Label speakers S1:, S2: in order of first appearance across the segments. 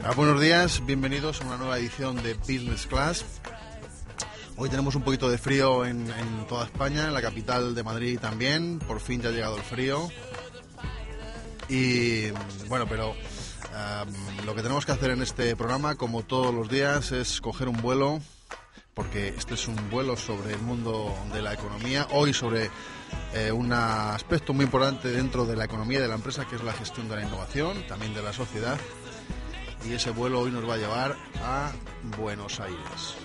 S1: Buenos días, bienvenidos a una nueva edición de Business Class. Hoy tenemos un poquito de frío en toda España, en la capital de Madrid también. Por fin ya ha llegado el frío. Y bueno, pero lo que tenemos que hacer en este programa, como todos los días, es coger un vuelo, porque este es un vuelo sobre el mundo de la economía. Hoy sobre un aspecto muy importante dentro de la economía de la empresa, que es la gestión de la innovación, también de la sociedad. Y ese vuelo hoy nos va a llevar a Buenos Aires.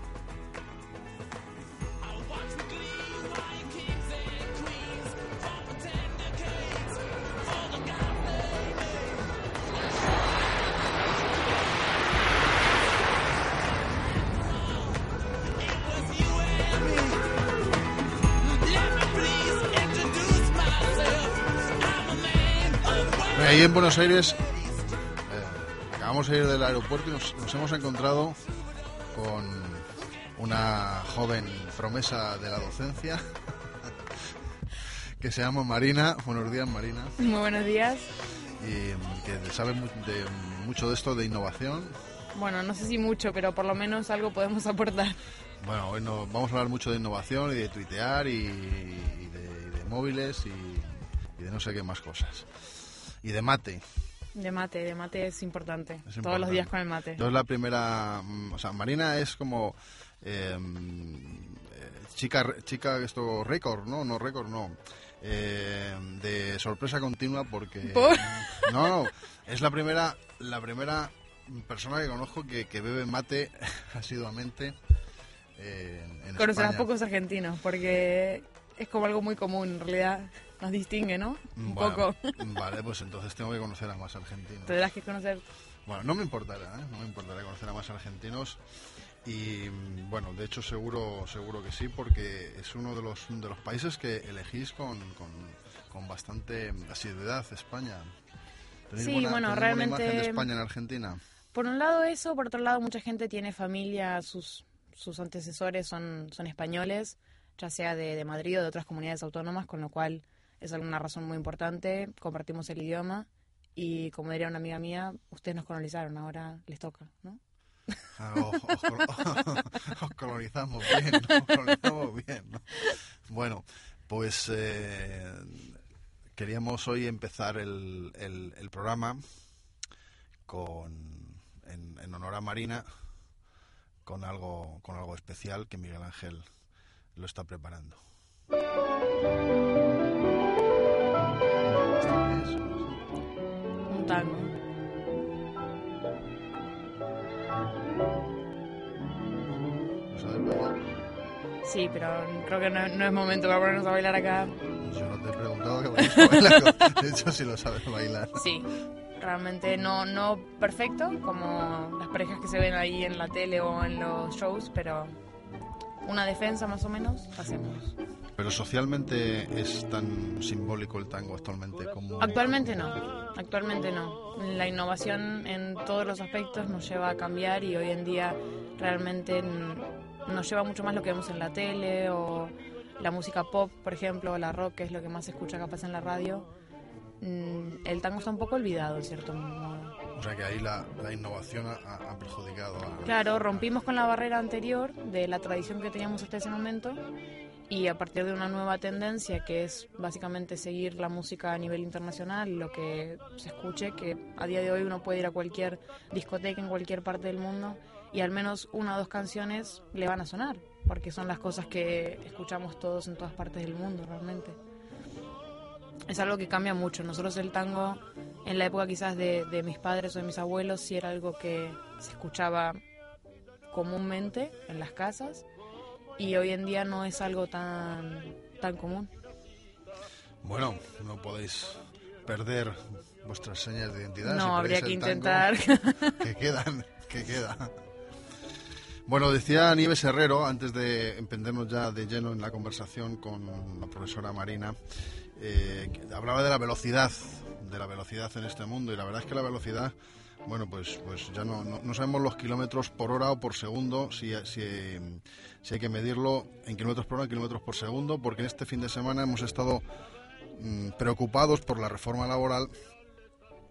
S1: Ahí en Buenos Aires acabamos de ir del aeropuerto y nos hemos encontrado con una joven promesa de la docencia que se llama Marina. Buenos días, Marina.
S2: Muy buenos días.
S1: Y que sabe mucho de esto de innovación.
S2: Bueno, no sé si mucho, pero por lo menos algo podemos aportar.
S1: Bueno, hoy vamos a hablar mucho de innovación y de tuitear y de móviles y de no sé qué más cosas. Y de mate.
S2: De mate es importante. Todos los días con el mate.
S1: Yo es la primera, o sea, Marina es como chica esto récord, ¿no? No récord, no. De sorpresa continua porque no, es la primera persona que conozco que bebe mate asiduamente en
S2: Conocerás
S1: España.
S2: pocos argentinos porque es como algo muy común, en realidad nos distingue, ¿no? Un poco.
S1: Vale, pues entonces tengo que conocer a más argentinos.
S2: Tendrás que conocer.
S1: Bueno, no me importará conocer a más argentinos. Y bueno, de hecho seguro que sí, porque es uno de los países que elegís con bastante asiduidad, España.
S2: Sí, bueno, realmente
S1: buena imagen de España en Argentina.
S2: Por un lado eso, por otro lado mucha gente tiene familia, sus antecesores son españoles, ya sea de Madrid o de otras comunidades autónomas, con lo cual es alguna razón muy importante. Compartimos el idioma y, como diría una amiga mía, ustedes nos colonizaron, ahora les toca, ¿no?
S1: Os colonizamos bien, ¿no? Bueno, pues queríamos hoy empezar el programa en honor a Marina con algo especial que Miguel Ángel lo está preparando.
S2: Un tango.
S1: ¿Lo sabes bailar?
S2: Sí, pero creo que no es momento para ponernos a bailar acá.
S1: Yo no te he preguntado que vayas a bailar. De hecho, si lo sabes bailar.
S2: Sí, realmente no perfecto, como las parejas que se ven ahí en la tele o en los shows, pero una defensa más o menos hacemos.
S1: Pero socialmente es tan simbólico el tango actualmente como...
S2: Actualmente no. La innovación en todos los aspectos nos lleva a cambiar y hoy en día realmente nos lleva mucho más lo que vemos en la tele o la música pop, por ejemplo, o la rock, que es lo que más se escucha capaz en la radio. El tango está un poco olvidado, en cierto modo.
S1: O sea que ahí la innovación ha perjudicado a...
S2: Claro, rompimos con la barrera anterior de la tradición que teníamos hasta ese momento y a partir de una nueva tendencia que es básicamente seguir la música a nivel internacional, lo que se escuche, que a día de hoy uno puede ir a cualquier discoteca en cualquier parte del mundo y al menos una o dos canciones le van a sonar, porque son las cosas que escuchamos todos en todas partes del mundo realmente. Es algo que cambia mucho. Nosotros el tango, en la época quizás de mis padres o de mis abuelos, sí era algo que se escuchaba comúnmente en las casas y hoy en día no es algo tan común.
S1: Bueno, no podéis perder vuestras señas de identidad.
S2: No,
S1: si
S2: habría que intentar.
S1: Que queda. Bueno, decía Nieves Herrero, antes de emprendernos ya de lleno en la conversación con la profesora Marina, que hablaba de la velocidad en este mundo, y la verdad es que la velocidad, bueno, pues ya no sabemos los kilómetros por hora o por segundo, si hay que medirlo en kilómetros por hora, en kilómetros por segundo, porque en este fin de semana hemos estado preocupados por la reforma laboral,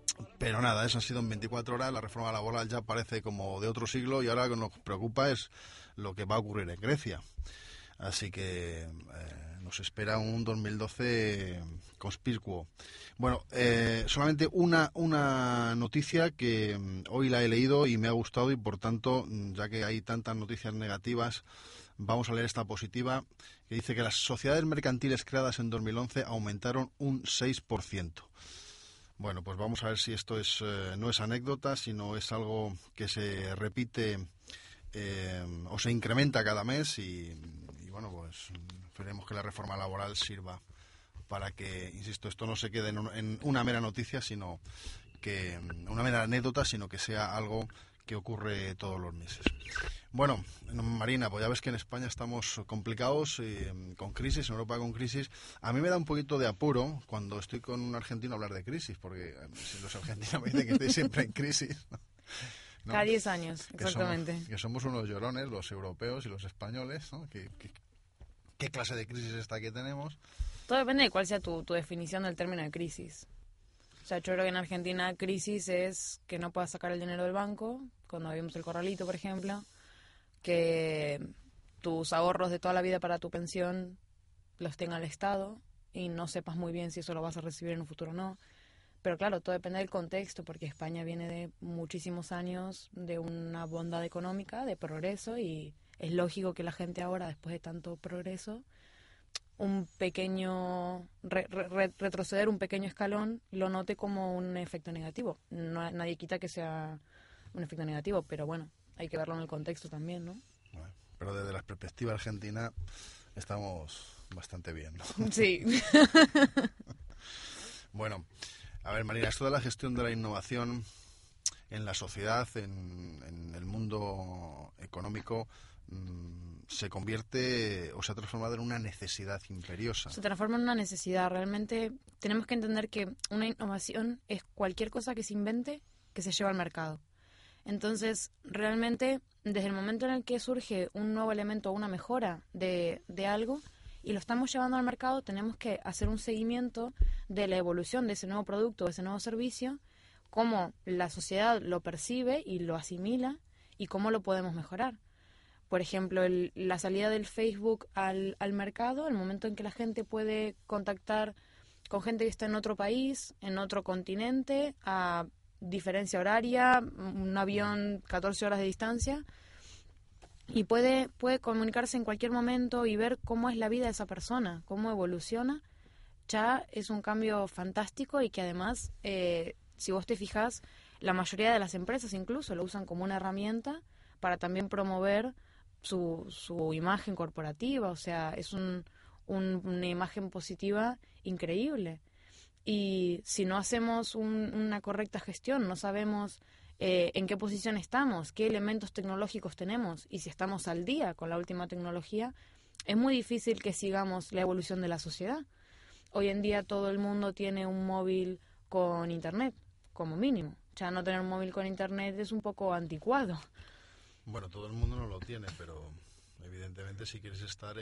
S1: Pero nada, eso ha sido en 24 horas, la reforma laboral ya parece como de otro siglo y ahora lo que nos preocupa es lo que va a ocurrir en Grecia. Así que nos espera un 2012 conspicuo. Bueno, solamente una noticia que hoy la he leído y me ha gustado, y por tanto, ya que hay tantas noticias negativas, vamos a leer esta positiva, que dice que las sociedades mercantiles creadas en 2011 aumentaron un 6%. Bueno, pues vamos a ver si esto no es anécdota, sino es algo que se repite o se incrementa cada mes y bueno, pues esperemos que la reforma laboral sirva para que, insisto, esto no se quede en una mera noticia, sino que una mera anécdota, sino que sea algo que ocurre todos los meses. Bueno, Marina, pues ya ves que en España estamos complicados, con crisis, en Europa con crisis. A mí me da un poquito de apuro cuando estoy con un argentino hablar de crisis, porque si los argentinos me dicen que estoy siempre en crisis, ¿no?
S2: Cada 10 años, exactamente.
S1: Que somos unos llorones, los europeos y los españoles, ¿no? ¿Qué clase de crisis es esta que tenemos?
S2: Todo depende de cuál sea tu definición del término de crisis. O sea, yo creo que en Argentina crisis es que no puedas sacar el dinero del banco, cuando vimos el corralito, por ejemplo, que tus ahorros de toda la vida para tu pensión los tenga el Estado y no sepas muy bien si eso lo vas a recibir en un futuro o no. Pero claro, todo depende del contexto, porque España viene de muchísimos años de una bondad económica, de progreso, y es lógico que la gente ahora, después de tanto progreso, un pequeño retroceder un pequeño escalón lo note como un efecto negativo. No, nadie quita que sea un efecto negativo, pero bueno, hay que verlo en el contexto también, ¿no?
S1: Bueno, pero desde la perspectiva argentina estamos bastante bien, ¿no?
S2: Sí.
S1: Bueno, a ver, Marina, esto de la gestión de la innovación en la sociedad, en el mundo económico, se convierte o se ha transformado en una necesidad imperiosa.
S2: Se transforma en una necesidad. Realmente tenemos que entender que una innovación es cualquier cosa que se invente que se lleva al mercado. Entonces, realmente, desde el momento en el que surge un nuevo elemento o una mejora de algo y lo estamos llevando al mercado, tenemos que hacer un seguimiento de la evolución de ese nuevo producto, de ese nuevo servicio, cómo la sociedad lo percibe y lo asimila y cómo lo podemos mejorar. Por ejemplo, la salida del Facebook al mercado, el momento en que la gente puede contactar con gente que está en otro país, en otro continente, a diferencia horaria, un avión 14 horas de distancia, y puede comunicarse en cualquier momento y ver cómo es la vida de esa persona, cómo evoluciona. Ya es un cambio fantástico y que además, si vos te fijas, la mayoría de las empresas incluso lo usan como una herramienta para también promover su imagen corporativa. O sea, es una imagen positiva increíble. Y si no hacemos una correcta gestión, no sabemos en qué posición estamos, qué elementos tecnológicos tenemos y si estamos al día con la última tecnología, es muy difícil que sigamos la evolución de la sociedad. Hoy en día todo el mundo tiene un móvil con internet, como mínimo. Ya no tener un móvil con internet es un poco anticuado.
S1: Bueno, todo el mundo no lo tiene, pero evidentemente si quieres estar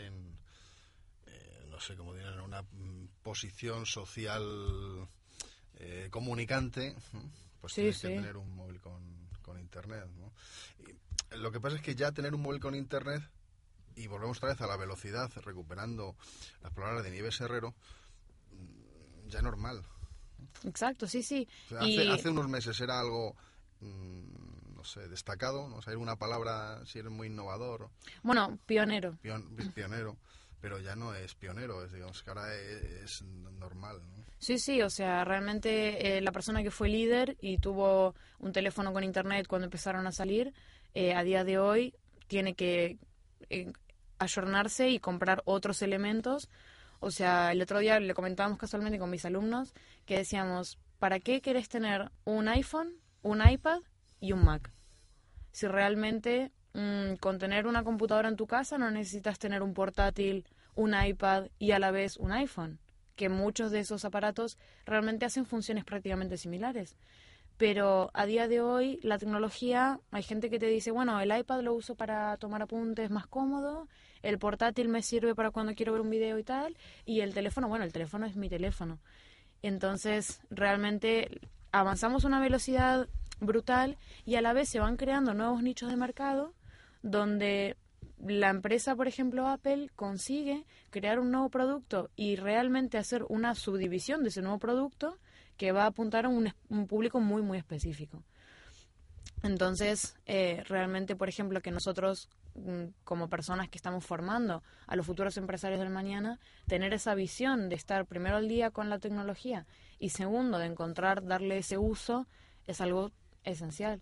S1: no sé cómo dirán, en una posición social comunicante, pues
S2: sí,
S1: tienes
S2: sí.
S1: que tener un móvil con internet, ¿no? Y lo que pasa es que ya tener un móvil con internet, y volvemos otra vez a la velocidad, recuperando las palabras de Nieves Herrero, ya es normal.
S2: Exacto, sí, sí.
S1: O sea, hace unos meses era algo no sé, destacado, no sé, alguna palabra si eres muy innovador.
S2: Bueno, pionero.
S1: Pionero, pero ya no es pionero, digamos que ahora es normal, ¿no?
S2: Sí, sí, o sea, realmente la persona que fue líder y tuvo un teléfono con internet cuando empezaron a salir, a día de hoy tiene que ayornarse y comprar otros elementos. O sea, el otro día le comentábamos casualmente con mis alumnos que decíamos, ¿para qué querés tener un iPhone, un iPad y un Mac? Si realmente con tener una computadora en tu casa no necesitas tener un portátil, un iPad y a la vez un iPhone, que muchos de esos aparatos realmente hacen funciones prácticamente similares. Pero a día de hoy la tecnología, hay gente que te dice, bueno, el iPad lo uso para tomar apuntes más cómodo, el portátil me sirve para cuando quiero ver un video y tal, y el teléfono, bueno, el teléfono es mi teléfono. Entonces, realmente avanzamos a una velocidad brutal y a la vez se van creando nuevos nichos de mercado donde la empresa, por ejemplo Apple, consigue crear un nuevo producto y realmente hacer una subdivisión de ese nuevo producto que va a apuntar a un público muy, muy específico. Entonces, realmente, por ejemplo, que nosotros, como personas que estamos formando a los futuros empresarios del mañana, tener esa visión de estar primero al día con la tecnología y segundo, de darle ese uso, es algo esencial.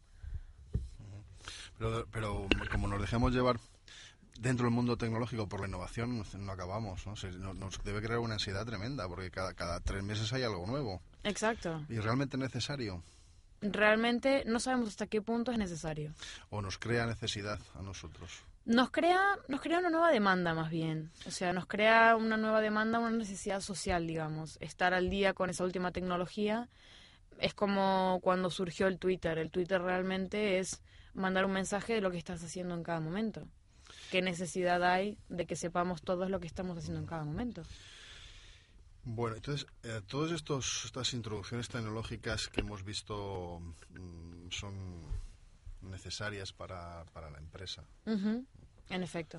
S1: Pero como nos dejemos llevar dentro del mundo tecnológico por la innovación, no acabamos, ¿no? Nos debe crear una ansiedad tremenda, porque cada 3 meses hay algo nuevo.
S2: Exacto.
S1: ¿Y realmente es necesario?
S2: Realmente no sabemos hasta qué punto es necesario.
S1: ¿O nos crea necesidad a nosotros?
S2: Nos crea una nueva demanda, más bien. O sea, nos crea una nueva demanda, una necesidad social, digamos. Estar al día con esa última tecnología. Es como cuando surgió el Twitter. El Twitter realmente es mandar un mensaje de lo que estás haciendo en cada momento. ¿Qué necesidad hay de que sepamos todos lo que estamos haciendo en cada momento?
S1: Bueno, entonces, todas estas introducciones tecnológicas que hemos visto son necesarias para la empresa.
S2: Uh-huh. En efecto.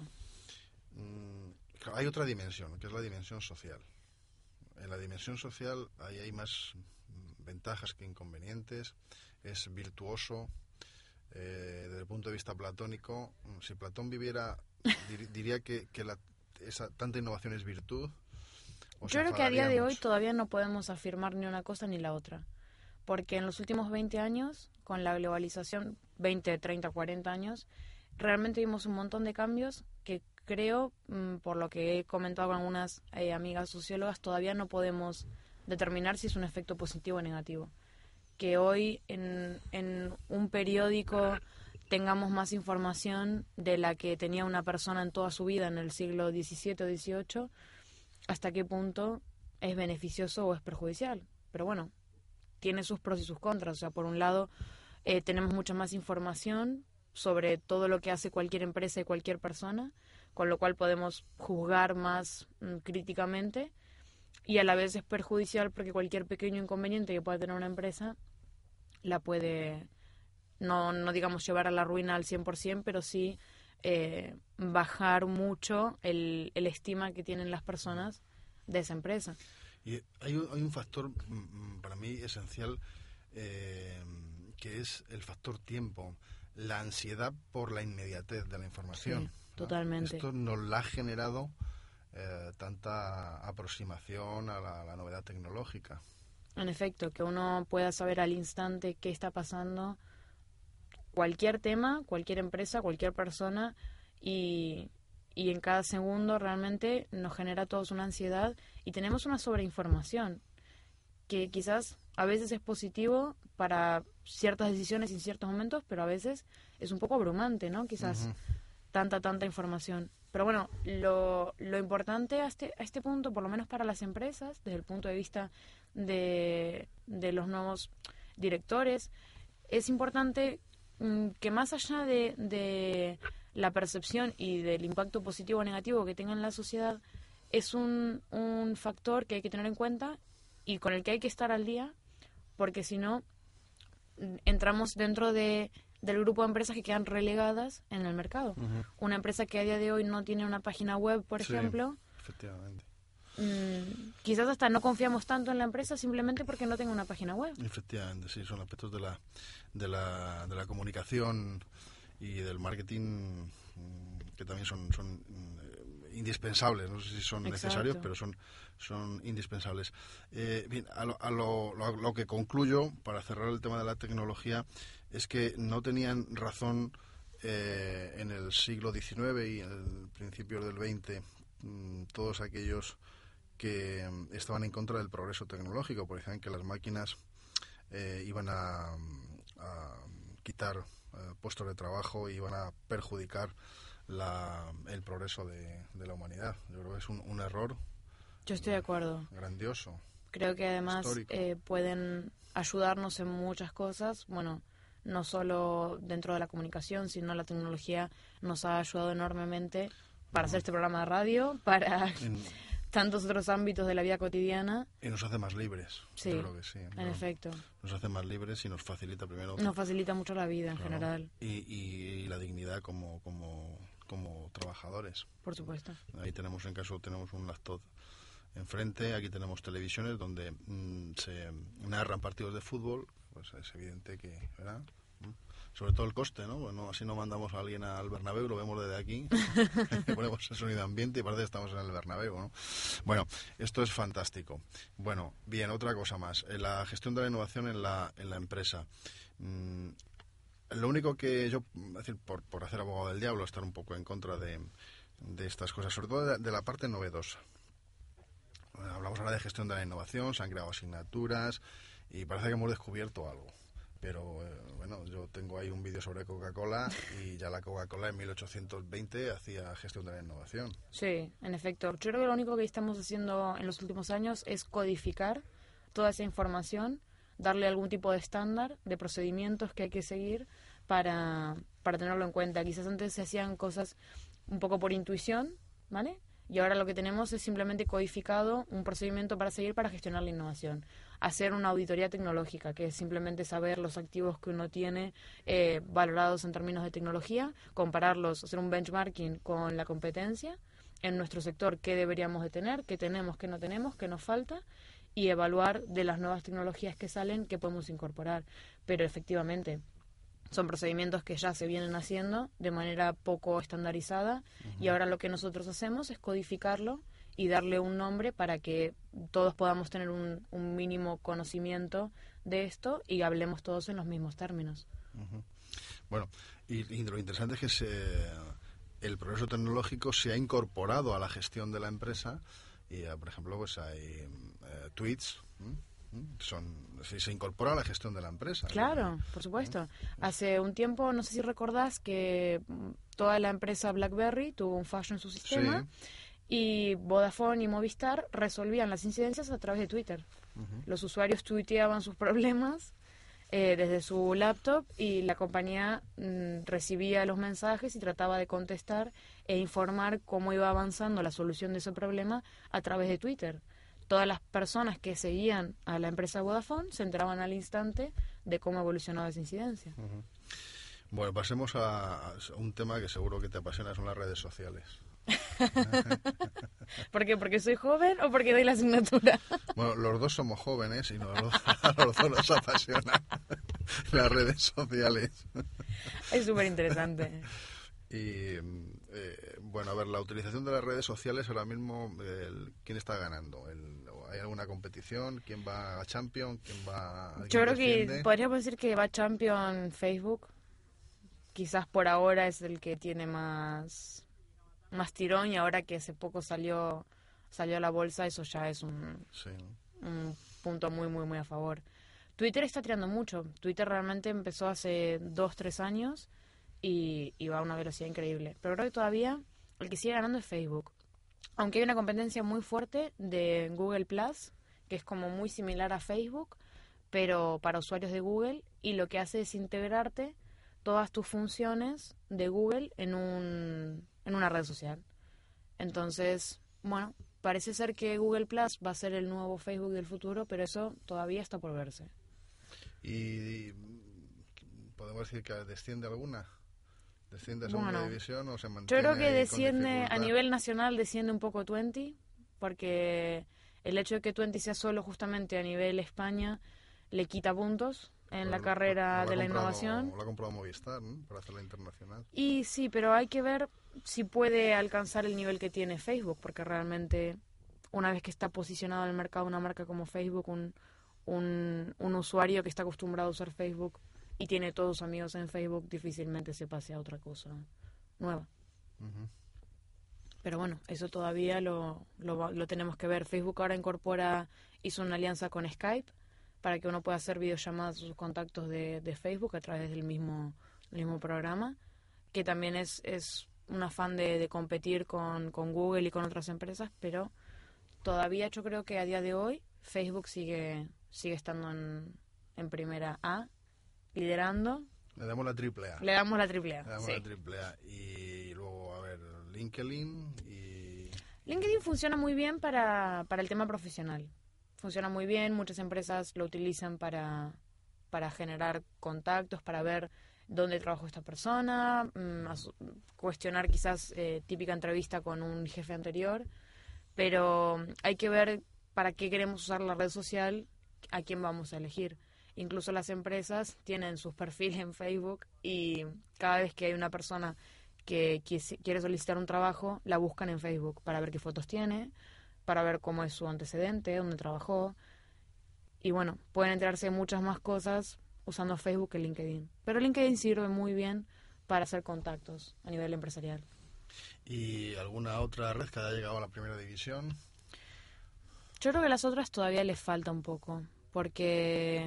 S1: Hay otra dimensión, que es la dimensión social. En la dimensión social hay más ventajas que inconvenientes. Es virtuoso. Desde el punto de vista platónico, si Platón viviera, diría que tanta innovación es virtud.
S2: Yo creo que a día de hoy todavía no podemos afirmar ni una cosa ni la otra, porque en los últimos 20 años, con la globalización, 20, 30, 40 años, realmente vimos un montón de cambios que creo, por lo que he comentado con algunas amigas sociólogas, todavía no podemos determinar si es un efecto positivo o negativo. Que hoy en un periódico tengamos más información de la que tenía una persona en toda su vida en el siglo XVII o XVIII, hasta qué punto es beneficioso o es perjudicial. Pero bueno, tiene sus pros y sus contras. O sea, por un lado, tenemos mucha más información sobre todo lo que hace cualquier empresa y cualquier persona, con lo cual podemos juzgar más críticamente, y a la vez es perjudicial porque cualquier pequeño inconveniente que pueda tener una empresa la puede, no digamos llevar a la ruina al 100%, pero sí bajar mucho el estima que tienen las personas de esa empresa.
S1: Y hay un factor para mí esencial, que es el factor tiempo, la ansiedad por la inmediatez de la información.
S2: Sí, totalmente.
S1: Esto nos la ha generado tanta aproximación a la novedad tecnológica.
S2: En efecto, que uno pueda saber al instante qué está pasando, cualquier tema, cualquier empresa, cualquier persona, y en cada segundo realmente nos genera a todos una ansiedad y tenemos una sobreinformación que quizás a veces es positivo para ciertas decisiones en ciertos momentos, pero a veces es un poco abrumante, ¿no? Quizás tanta información. Pero bueno, lo importante a este punto, por lo menos para las empresas, desde el punto de vista de los nuevos directores, es importante que más allá de la percepción y del impacto positivo o negativo que tenga en la sociedad, es un factor que hay que tener en cuenta y con el que hay que estar al día, porque si no, entramos dentro del grupo de empresas que quedan relegadas en el mercado. Uh-huh. Una empresa que a día de hoy no tiene una página web, por ejemplo,
S1: efectivamente.
S2: Quizás hasta no confiamos tanto en la empresa simplemente porque no tenga una página web.
S1: Efectivamente, sí, son aspectos de la comunicación y del marketing que también son indispensables. No sé si son necesarios, pero son indispensables. Bien, a lo que concluyo, para cerrar el tema de la tecnología, es que no tenían razón en el siglo XIX y en el principio del XX todos aquellos que estaban en contra del progreso tecnológico, porque decían que las máquinas iban a quitar puestos de trabajo, iban a perjudicar el progreso de la humanidad. Yo creo que es un error.
S2: Yo estoy de acuerdo.
S1: Grandioso.
S2: Creo que además pueden ayudarnos en muchas cosas. Bueno, no solo dentro de la comunicación, sino la tecnología nos ha ayudado enormemente para hacer este programa de radio, tantos otros ámbitos de la vida cotidiana.
S1: Y nos hace más libres.
S2: Sí,
S1: yo creo que sí,
S2: en efecto.
S1: Nos hace más libres y nos facilita primero.
S2: Nos facilita mucho la vida en general.
S1: Y la dignidad como trabajadores.
S2: Por supuesto.
S1: Ahí tenemos un laptop enfrente, aquí tenemos televisiones donde se narran partidos de fútbol, pues es evidente que, ¿verdad? Sobre todo el coste, ¿no? Bueno, así no mandamos a alguien al Bernabéu, lo vemos desde aquí, ponemos el sonido ambiente y parece que estamos en el Bernabéu, ¿no? Bueno, esto es fantástico. Bueno, bien, otra cosa más, la gestión de la innovación en la empresa. Lo único que yo, es decir, por hacer abogado del diablo, estar un poco en contra de estas cosas, sobre todo de la parte novedosa. Hablamos ahora de gestión de la innovación, se han creado asignaturas y parece que hemos descubierto algo. Pero bueno, yo tengo ahí un vídeo sobre Coca-Cola y ya la Coca-Cola en 1820 hacía gestión de la innovación.
S2: Sí, en efecto. Yo creo que lo único que estamos haciendo en los últimos años es codificar toda esa información, darle algún tipo de estándar, de procedimientos que hay que seguir para tenerlo en cuenta. Quizás antes se hacían cosas un poco por intuición, ¿vale? Y ahora lo que tenemos es simplemente codificado un procedimiento para seguir para gestionar la innovación. Hacer una auditoría tecnológica, que es simplemente saber los activos que uno tiene valorados en términos de tecnología, compararlos, hacer un benchmarking con la competencia en nuestro sector, qué deberíamos de tener, qué tenemos, qué no tenemos, qué nos falta, y evaluar de las nuevas tecnologías que salen qué podemos incorporar. Pero efectivamente son procedimientos que ya se vienen haciendo de manera poco estandarizada y ahora lo que nosotros hacemos es codificarlo y darle un nombre para que todos podamos tener un mínimo conocimiento de esto y hablemos todos en los mismos términos.
S1: Bueno, y lo interesante es que el progreso tecnológico se ha incorporado a la gestión de la empresa y, por ejemplo, pues hay tweets. Se incorpora a la gestión de la empresa.
S2: Claro, por supuesto. Hace un tiempo, no sé si recordás que toda la empresa BlackBerry tuvo un fallo en su sistema. Sí. Y Vodafone y Movistar resolvían las incidencias a través de Twitter. Los usuarios tuiteaban sus problemas desde su laptop y la compañía recibía los mensajes y trataba de contestar e informar cómo iba avanzando la solución de ese problema a través de Twitter. Todas las personas que seguían a la empresa Vodafone se enteraban al instante de cómo evolucionaba esa incidencia.
S1: Bueno, pasemos a un tema que seguro que te apasiona, son las redes sociales.
S2: ¿Por qué? ¿Porque soy joven o porque doy la asignatura?
S1: Bueno, los dos somos jóvenes y a los dos nos apasionan las redes sociales.
S2: Es súper interesante.
S1: Y bueno, a ver, la utilización de las redes sociales ahora mismo, ¿quién está ganando? ¿Hay alguna competición? ¿Quién va a Champion? ¿Quién va a
S2: Yo creo que podríamos decir que va Champion Facebook. Quizás por ahora es el que tiene más tirón y ahora que hace poco salió a la bolsa, eso ya es un punto muy, muy, muy a favor. Twitter está tirando mucho. Twitter realmente empezó hace 2-3 años y va a una velocidad increíble. Pero creo que todavía el que sigue ganando es Facebook. Aunque hay una competencia muy fuerte de Google Plus, que es como muy similar a Facebook, pero para usuarios de Google, y lo que hace es integrarte todas tus funciones de Google en una red social. Entonces, bueno, parece ser que Google Plus va a ser el nuevo Facebook del futuro, pero eso todavía está por verse.
S1: ¿Y podemos decir que desciende alguna? ¿Desciende a segunda división o se mantiene?
S2: Yo creo que desciende a nivel nacional, desciende un poco Twenty, porque el hecho de que Twenty sea solo justamente a nivel España le quita puntos en la carrera de la innovación.
S1: Lo ha comprado Movistar, ¿no? Para hacerla internacional.
S2: Y sí, pero hay que ver si puede alcanzar el nivel que tiene Facebook, porque realmente una vez que está posicionado en el mercado una marca como Facebook, un usuario que está acostumbrado a usar Facebook y tiene todos sus amigos en Facebook, difícilmente se pase a otra cosa nueva. Pero bueno, eso todavía lo tenemos que ver. Facebook ahora hizo una alianza con Skype para que uno pueda hacer videollamadas a sus contactos de Facebook a través del mismo programa, que también es un afán de competir con Google y con otras empresas, pero todavía yo creo que a día de hoy Facebook sigue estando en primera A, liderando.
S1: Le damos la triple A.
S2: Le damos la triple A.
S1: Y luego, a ver, LinkedIn y...
S2: LinkedIn funciona muy bien para el tema profesional. Funciona muy bien, muchas empresas lo utilizan para generar contactos, para ver dónde trabajó esta persona, cuestionar quizás típica entrevista con un jefe anterior, pero hay que ver para qué queremos usar la red social, a quién vamos a elegir. Incluso las empresas tienen sus perfiles en Facebook y cada vez que hay una persona que quiere solicitar un trabajo, la buscan en Facebook para ver qué fotos tiene, para ver cómo es su antecedente, dónde trabajó. Y bueno, pueden enterarse de muchas más cosas usando Facebook que LinkedIn. Pero LinkedIn sirve muy bien para hacer contactos a nivel empresarial.
S1: ¿Y alguna otra red que haya llegado a la primera división?
S2: Yo creo que a las otras todavía les falta un poco, porque,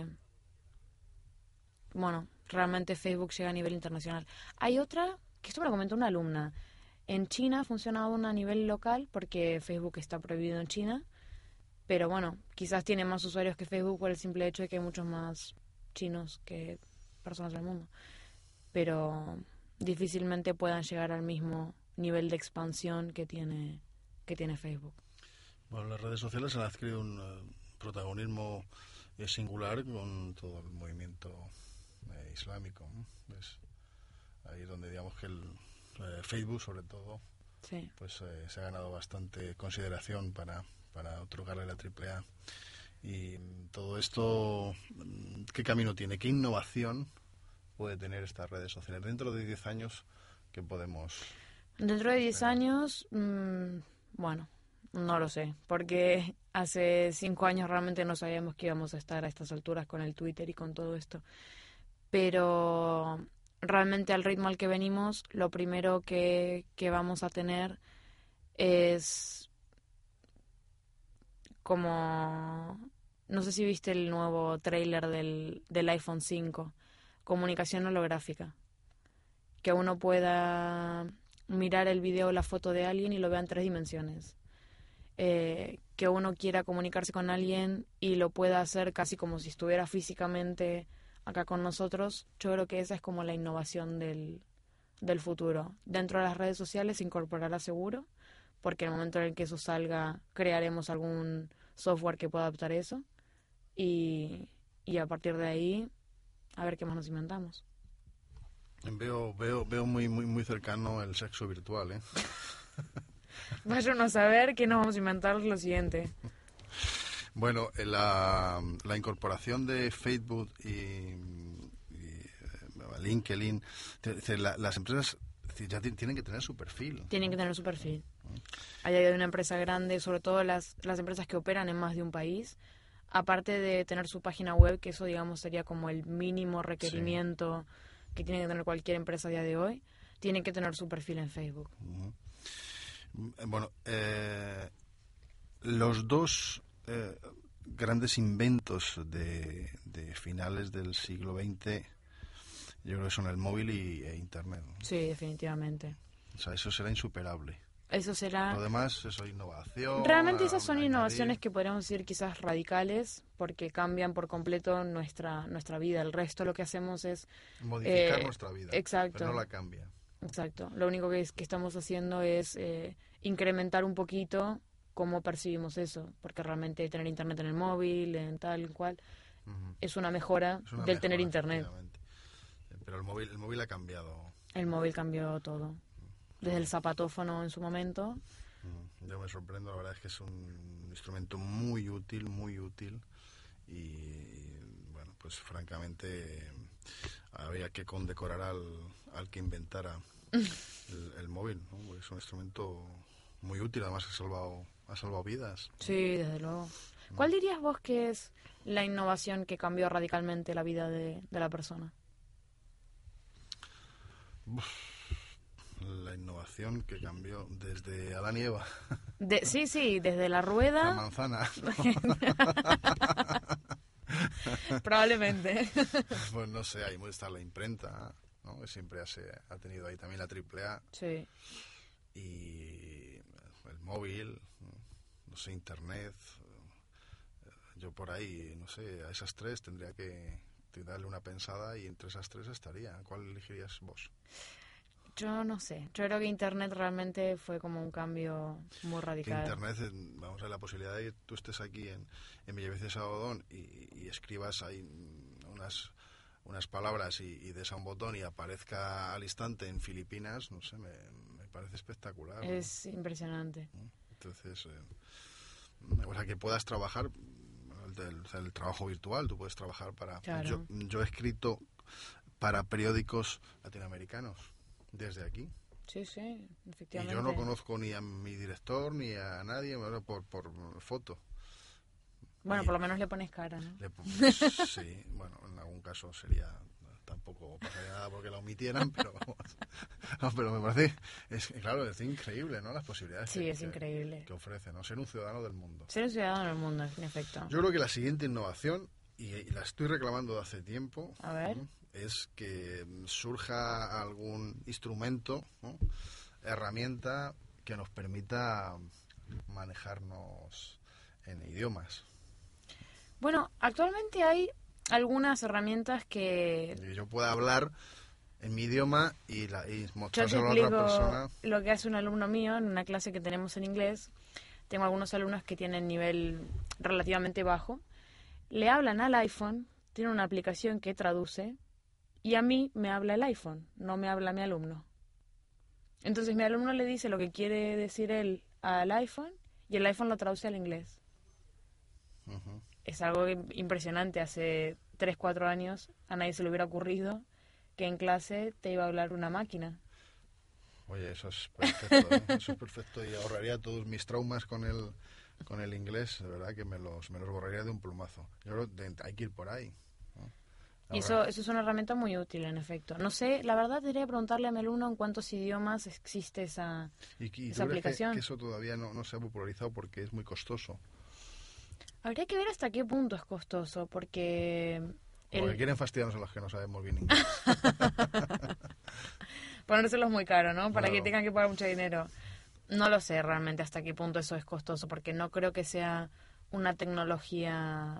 S2: bueno, realmente Facebook llega a nivel internacional. Hay otra, que esto me lo comentó una alumna. En China funciona aún a nivel local, porque Facebook está prohibido en China, pero bueno, quizás tiene más usuarios que Facebook por el simple hecho de que hay muchos más chinos que personas del mundo. Pero difícilmente puedan llegar al mismo nivel de expansión que tiene Facebook.
S1: Bueno, las redes sociales han adquirido un protagonismo singular con todo el movimiento islámico, ¿no? Es ahí donde digamos que el Facebook, sobre todo,
S2: Sí.
S1: pues se ha ganado bastante consideración para otorgarle la AAA. Y todo esto, ¿qué camino tiene? ¿Qué innovación puede tener estas redes sociales? Dentro de 10 años, ¿qué podemos...?
S2: Dentro de 10 años, bueno, no lo sé, porque hace 5 años realmente no sabíamos que íbamos a estar a estas alturas con el Twitter y con todo esto. Pero realmente al ritmo al que venimos, lo primero que vamos a tener es como... No sé si viste el nuevo tráiler del iPhone 5, comunicación holográfica, que uno pueda mirar el video o la foto de alguien y lo vea en 3 dimensiones. Que uno quiera comunicarse con alguien y lo pueda hacer casi como si estuviera físicamente acá con nosotros. Yo creo que esa es como la innovación del futuro. Dentro de las redes sociales se incorporará seguro, porque en el momento en el que eso salga crearemos algún software que pueda adaptar eso y a partir de ahí a ver qué más nos inventamos.
S1: Veo muy cercano el sexo virtual, ¿eh?
S2: Vaya uno a saber qué nos vamos a inventar lo siguiente.
S1: Bueno, la incorporación de Facebook y LinkedIn, las empresas ya tienen que tener su perfil.
S2: Tienen que tener su perfil. A día de una empresa grande, sobre todo las empresas que operan en más de un país, aparte de tener su página web, que eso digamos sería como el mínimo requerimiento que tiene que tener cualquier empresa a día de hoy, tienen que tener su perfil en Facebook.
S1: Bueno, los dos grandes inventos de finales del siglo XX, yo creo que son el móvil e Internet, ¿no?
S2: Sí, definitivamente.
S1: O sea, eso será insuperable.
S2: Eso será...
S1: Lo demás, eso es innovación.
S2: Realmente esas son innovaciones que podríamos decir quizás radicales, porque cambian por completo nuestra vida. El resto lo que hacemos es...
S1: modificar nuestra vida.
S2: Exacto.
S1: Pero no la cambia.
S2: Exacto. Lo único que estamos haciendo es incrementar un poquito cómo percibimos eso, porque realmente tener internet en el móvil, en tal cual, es una mejora del tener internet.
S1: Pero el móvil ha cambiado.
S2: El móvil cambió todo. Desde el zapatófono en su momento.
S1: Yo me sorprendo, la verdad es que es un instrumento muy útil y bueno, pues francamente había que condecorar al que inventara el móvil, ¿no? Porque es un instrumento muy útil, además ha salvado vidas.
S2: Sí, desde luego. ¿Cuál dirías vos que es la innovación que cambió radicalmente la vida de la persona?
S1: La innovación que cambió desde Adán y Eva.
S2: Sí, desde la rueda.
S1: La manzana.
S2: Probablemente.
S1: Pues no sé, ahí está la imprenta, ¿no? Que siempre ha tenido ahí también la AAA.
S2: Sí.
S1: Y el móvil, no sé, internet. Yo por ahí, no sé, a esas tres tendría que darle una pensada y entre esas tres estaría. ¿Cuál elegirías vos?
S2: Yo no sé, yo creo que Internet realmente fue como un cambio muy
S1: Que
S2: radical.
S1: Internet, vamos a ver, la posibilidad de que tú estés aquí en Villavicencio Algodón y escribas ahí unas palabras y des a un botón y aparezca al instante en Filipinas, no sé, me parece espectacular, ¿no?
S2: Es impresionante.
S1: Entonces, o sea, que puedas trabajar, o sea, el trabajo virtual, tú puedes trabajar para...
S2: Claro.
S1: Yo he escrito para periódicos latinoamericanos desde aquí.
S2: Sí, sí,
S1: Y
S2: efectivamente.
S1: yo no conozco ni a mi director ni a nadie, bueno, por foto.
S2: Bueno,
S1: Y
S2: por lo menos le pones cara, ¿no?
S1: sí, bueno, en algún caso sería... Tampoco pasaría nada porque la omitieran, pero no, pero me parece, claro, es increíble, ¿no? Las posibilidades
S2: Sí, es increíble.
S1: que ofrece, ¿no? Ser un ciudadano del mundo.
S2: Ser un ciudadano del mundo, en efecto.
S1: Yo creo que la siguiente innovación, y la estoy reclamando de hace tiempo,
S2: A ver.
S1: ¿no? Es que surja algún instrumento, ¿no? Herramienta que nos permita manejarnos en idiomas.
S2: Bueno, actualmente hay algunas herramientas que...
S1: Que yo pueda hablar en mi idioma y
S2: Yo te
S1: mostrárselo a la
S2: explico
S1: otra persona.
S2: lo que hace un alumno mío en una clase que tenemos en inglés. Tengo algunos alumnos que tienen nivel relativamente bajo. Le hablan al iPhone, tiene una aplicación que traduce, y a mí me habla el iPhone, no me habla mi alumno. Entonces mi alumno le dice lo que quiere decir él al iPhone y el iPhone lo traduce al inglés.
S1: Ujú.
S2: Es algo impresionante. Hace 3, 4 años a nadie se le hubiera ocurrido que en clase te iba a hablar una máquina.
S1: Oye, eso es perfecto, ¿eh? Eso es perfecto y ahorraría todos mis traumas con el inglés, de verdad que me los borraría de un plumazo. Yo creo que hay que ir por ahí, ¿no?
S2: Y
S1: Ahora,
S2: eso es una herramienta muy útil, en efecto. No sé, la verdad debería preguntarle a mi alumno en cuántos idiomas existe esa
S1: ¿y tú crees
S2: aplicación.
S1: que eso todavía no se ha popularizado porque es muy costoso?
S2: Habría que ver hasta qué punto es costoso, porque...
S1: Porque quieren fastidiarnos a los que no sabemos bien inglés.
S2: Ponérselos muy caro, ¿no? Para que
S1: Claro.
S2: tengan que pagar mucho dinero. No lo sé realmente hasta qué punto eso es costoso, porque no creo que sea una tecnología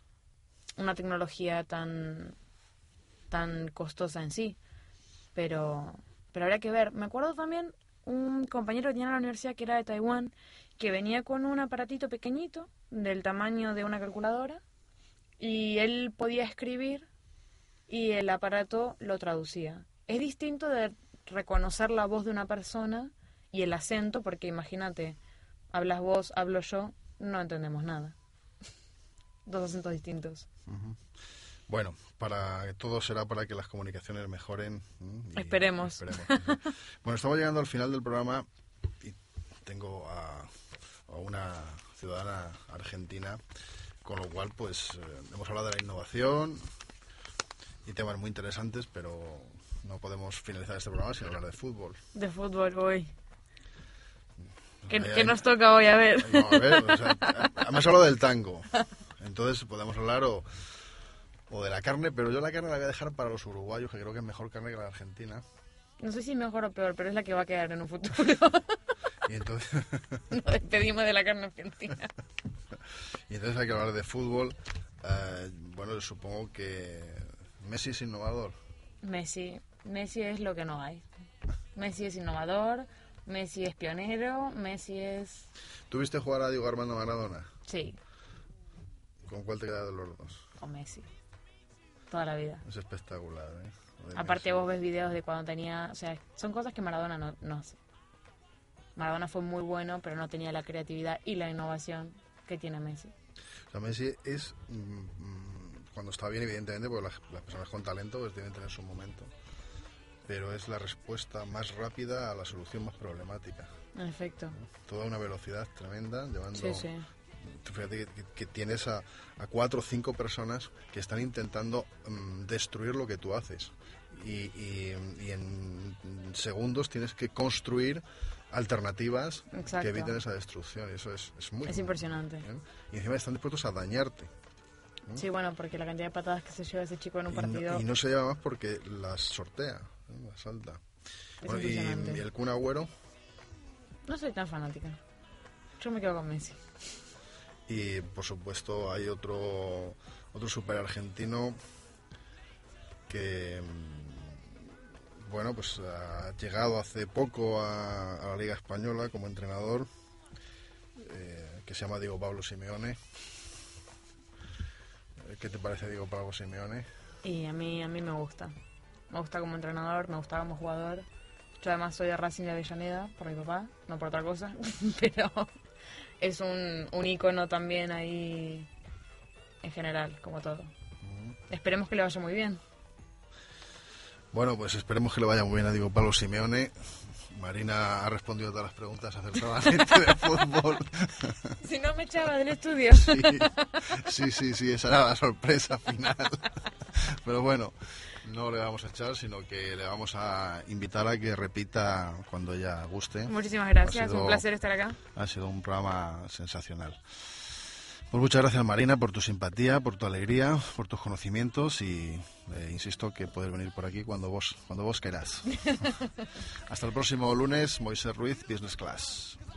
S2: tan costosa en sí. Pero habría que ver. Me acuerdo también un compañero que tenía en la universidad que era de Taiwán, que venía con un aparatito pequeñito, del tamaño de una calculadora, y él podía escribir y el aparato lo traducía. Es distinto de reconocer la voz de una persona y el acento, porque imagínate, hablas vos, hablo yo, no entendemos nada. Dos acentos distintos.
S1: Ujú. Bueno, todo será para que las comunicaciones mejoren.
S2: Esperemos.
S1: Sí. Bueno, estamos llegando al final del programa y tengo a una ciudadana argentina, con lo cual pues hemos hablado de la innovación y temas muy interesantes, pero no podemos finalizar este programa sin hablar de fútbol.
S2: De fútbol hoy. ¿Qué nos toca hoy? A ver.
S1: No, a ver, o sea, hemos hablado del tango, entonces podemos hablar o de la carne, pero yo la carne la voy a dejar para los uruguayos, que creo que es mejor carne que la argentina.
S2: No sé si mejor o peor, pero es la que va a quedar en un futuro.
S1: Y entonces,
S2: Nos despedimos de la carne argentina.
S1: y entonces hay que hablar de fútbol. Bueno, yo supongo que Messi es innovador.
S2: Messi es lo que no hay. Messi es innovador, Messi es pionero, Messi es...
S1: ¿Tuviste jugar a Diego Armando Maradona?
S2: Sí,
S1: ¿Con cuál te quedas de los dos?
S2: con Messi. Toda la vida.
S1: Es espectacular, ¿eh? Lo de
S2: Aparte
S1: Messi.
S2: vos ves videos de cuando tenía... O sea, son cosas que Maradona no hace. Maradona fue muy bueno, pero no tenía la creatividad y la innovación que tiene Messi.
S1: O sea, Messi es, cuando está bien, evidentemente, porque las personas con talento pues deben tener su momento, pero es la respuesta más rápida a la solución más problemática.
S2: En efecto.
S1: Toda una velocidad tremenda, llevando...
S2: Sí, sí.
S1: Tú fíjate que tienes a 4 o 5 personas que están intentando destruir lo que tú haces. Y en segundos tienes que construir alternativas
S2: Exacto.
S1: que eviten esa destrucción. Y eso es muy...
S2: Es impresionante.
S1: ¿eh? Y encima están dispuestos a dañarte.
S2: Sí, bueno, porque la cantidad de patadas que se lleva ese chico en un partido
S1: Y no se lleva más porque las sortea, las salta.
S2: es
S1: Bueno,
S2: impresionante.
S1: y el Kun Agüero,
S2: No soy tan fanática. Yo me quedo con Messi.
S1: y por supuesto hay otro super argentino que Bueno, pues ha llegado hace poco a la Liga Española como entrenador, que se llama Diego Pablo Simeone. ¿Qué te parece Diego Pablo Simeone?
S2: Y a mí me gusta. Me gusta como entrenador, me gusta como jugador. Yo además soy de Racing de Avellaneda, por mi papá, no por otra cosa. Pero es un ícono también ahí en general, como todo. Esperemos que le vaya muy bien.
S1: Bueno, pues esperemos que le vaya muy bien a Diego Pablo Simeone. Marina ha respondido todas las preguntas acertadamente de fútbol.
S2: Si no me echaba del estudio.
S1: Sí, esa era la sorpresa final. Pero bueno, no le vamos a echar, sino que le vamos a invitar a que repita cuando ella guste.
S2: Muchísimas gracias, un placer estar acá.
S1: Ha sido un programa sensacional. Pues muchas gracias, Marina, por tu simpatía, por tu alegría, por tus conocimientos y insisto que puedes venir por aquí cuando vos querás. Hasta el próximo lunes, Moisés Ruiz, Business Class.